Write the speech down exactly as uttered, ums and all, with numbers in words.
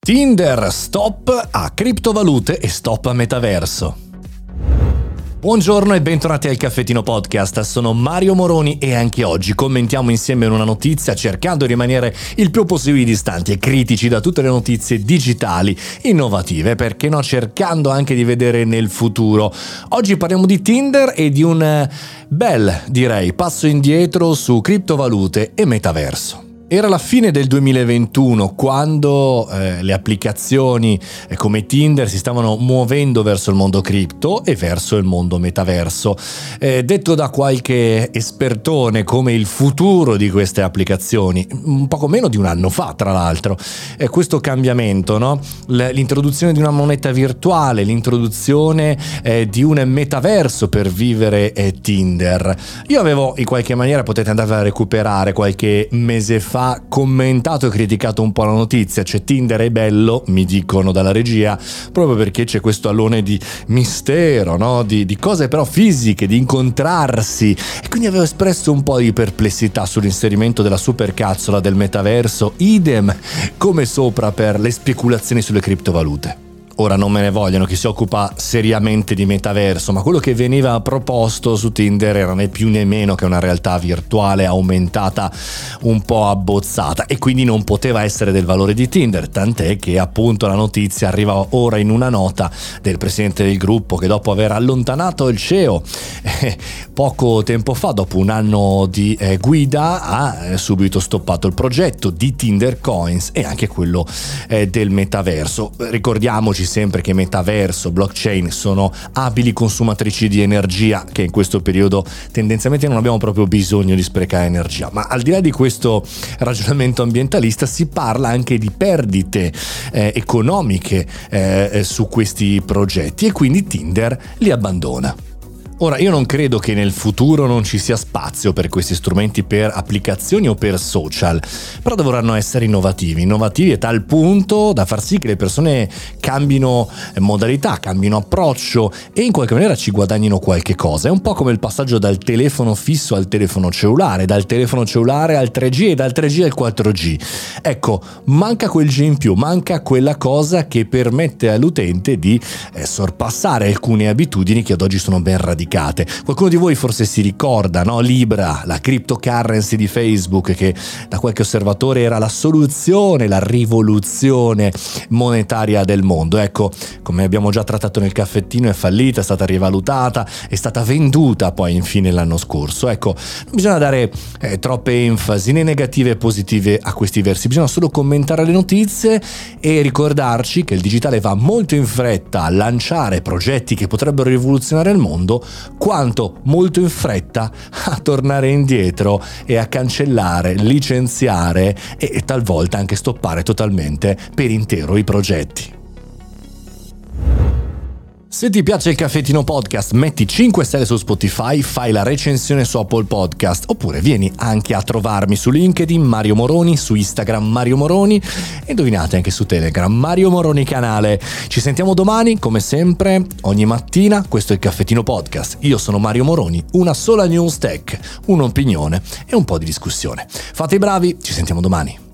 Tinder, stop a criptovalute e stop a metaverso. Buongiorno e bentornati al Caffettino Podcast, sono Mario Moroni e anche oggi commentiamo insieme una notizia cercando di rimanere il più possibile distanti e critici da tutte le notizie digitali innovative, perché no, cercando anche di vedere nel futuro. Oggi parliamo di Tinder e di un bel, direi, passo indietro su criptovalute e metaverso. Era la fine del duemilaventuno quando eh, le applicazioni eh, come Tinder si stavano muovendo verso il mondo cripto e verso il mondo metaverso. Eh, detto da qualche espertone come il futuro di queste applicazioni, un poco meno di un anno fa tra l'altro, eh, questo cambiamento, no? L- l'introduzione di una moneta virtuale, l'introduzione eh, di un metaverso per vivere eh, Tinder. Io avevo in qualche maniera, potete andare a recuperare qualche mese fa, ha commentato e criticato un po' la notizia, cioè Tinder è bello, mi dicono dalla regia, proprio perché c'è questo alone di mistero, no? di, di cose però fisiche, di incontrarsi, e quindi avevo espresso un po' di perplessità sull'inserimento della supercazzola del metaverso, idem come sopra per le speculazioni sulle criptovalute. Ora non me ne vogliono chi si occupa seriamente di metaverso, ma quello che veniva proposto su Tinder era né più né meno che una realtà virtuale aumentata un po' abbozzata, e quindi non poteva essere del valore di Tinder, tant'è che appunto la notizia arriva ora in una nota del presidente del gruppo che, dopo aver allontanato il C E O eh, poco tempo fa, dopo un anno di eh, guida, ha eh, subito stoppato il progetto di Tinder Coins e anche quello eh, del metaverso. Ricordiamoci sempre che metaverso, blockchain sono abili consumatrici di energia, che in questo periodo tendenzialmente non abbiamo proprio bisogno di sprecare energia. Ma al di là di questo ragionamento ambientalista, si parla anche di perdite eh, economiche eh, su questi progetti, e quindi Tinder li abbandona. Ora, io non credo che nel futuro non ci sia spazio per questi strumenti, per applicazioni o per social, però dovranno essere innovativi, innovativi a tal punto da far sì che le persone cambino modalità, cambino approccio e in qualche maniera ci guadagnino qualche cosa. È un po' come il passaggio dal telefono fisso al telefono cellulare, dal telefono cellulare al tre G e dal tre G al quattro G. Ecco, manca quel G in più, manca quella cosa che permette all'utente di eh, sorpassare alcune abitudini che ad oggi sono ben radicate. Qualcuno di voi forse si ricorda, no? Libra, la cryptocurrency di Facebook, che da qualche osservatore era la soluzione, la rivoluzione monetaria del mondo. Ecco, come abbiamo già trattato nel caffettino, è fallita, è stata rivalutata, è stata venduta poi infine l'anno scorso. Ecco, non bisogna dare eh, troppe enfasi né negative né positive a questi versi, bisogna solo commentare le notizie e ricordarci che il digitale va molto in fretta a lanciare progetti che potrebbero rivoluzionare il mondo, quanto molto in fretta a tornare indietro e a cancellare, licenziare e, e talvolta anche stoppare totalmente per intero i progetti. Se ti piace il Caffettino Podcast, metti cinque stelle su Spotify, fai la recensione su Apple Podcast, oppure vieni anche a trovarmi su LinkedIn Mario Moroni, su Instagram Mario Moroni e indovinate anche su Telegram Mario Moroni canale. Ci sentiamo domani, come sempre, ogni mattina. Questo è il Caffettino Podcast. Io sono Mario Moroni, una sola news tech, un'opinione e un po' di discussione. Fate i bravi, ci sentiamo domani.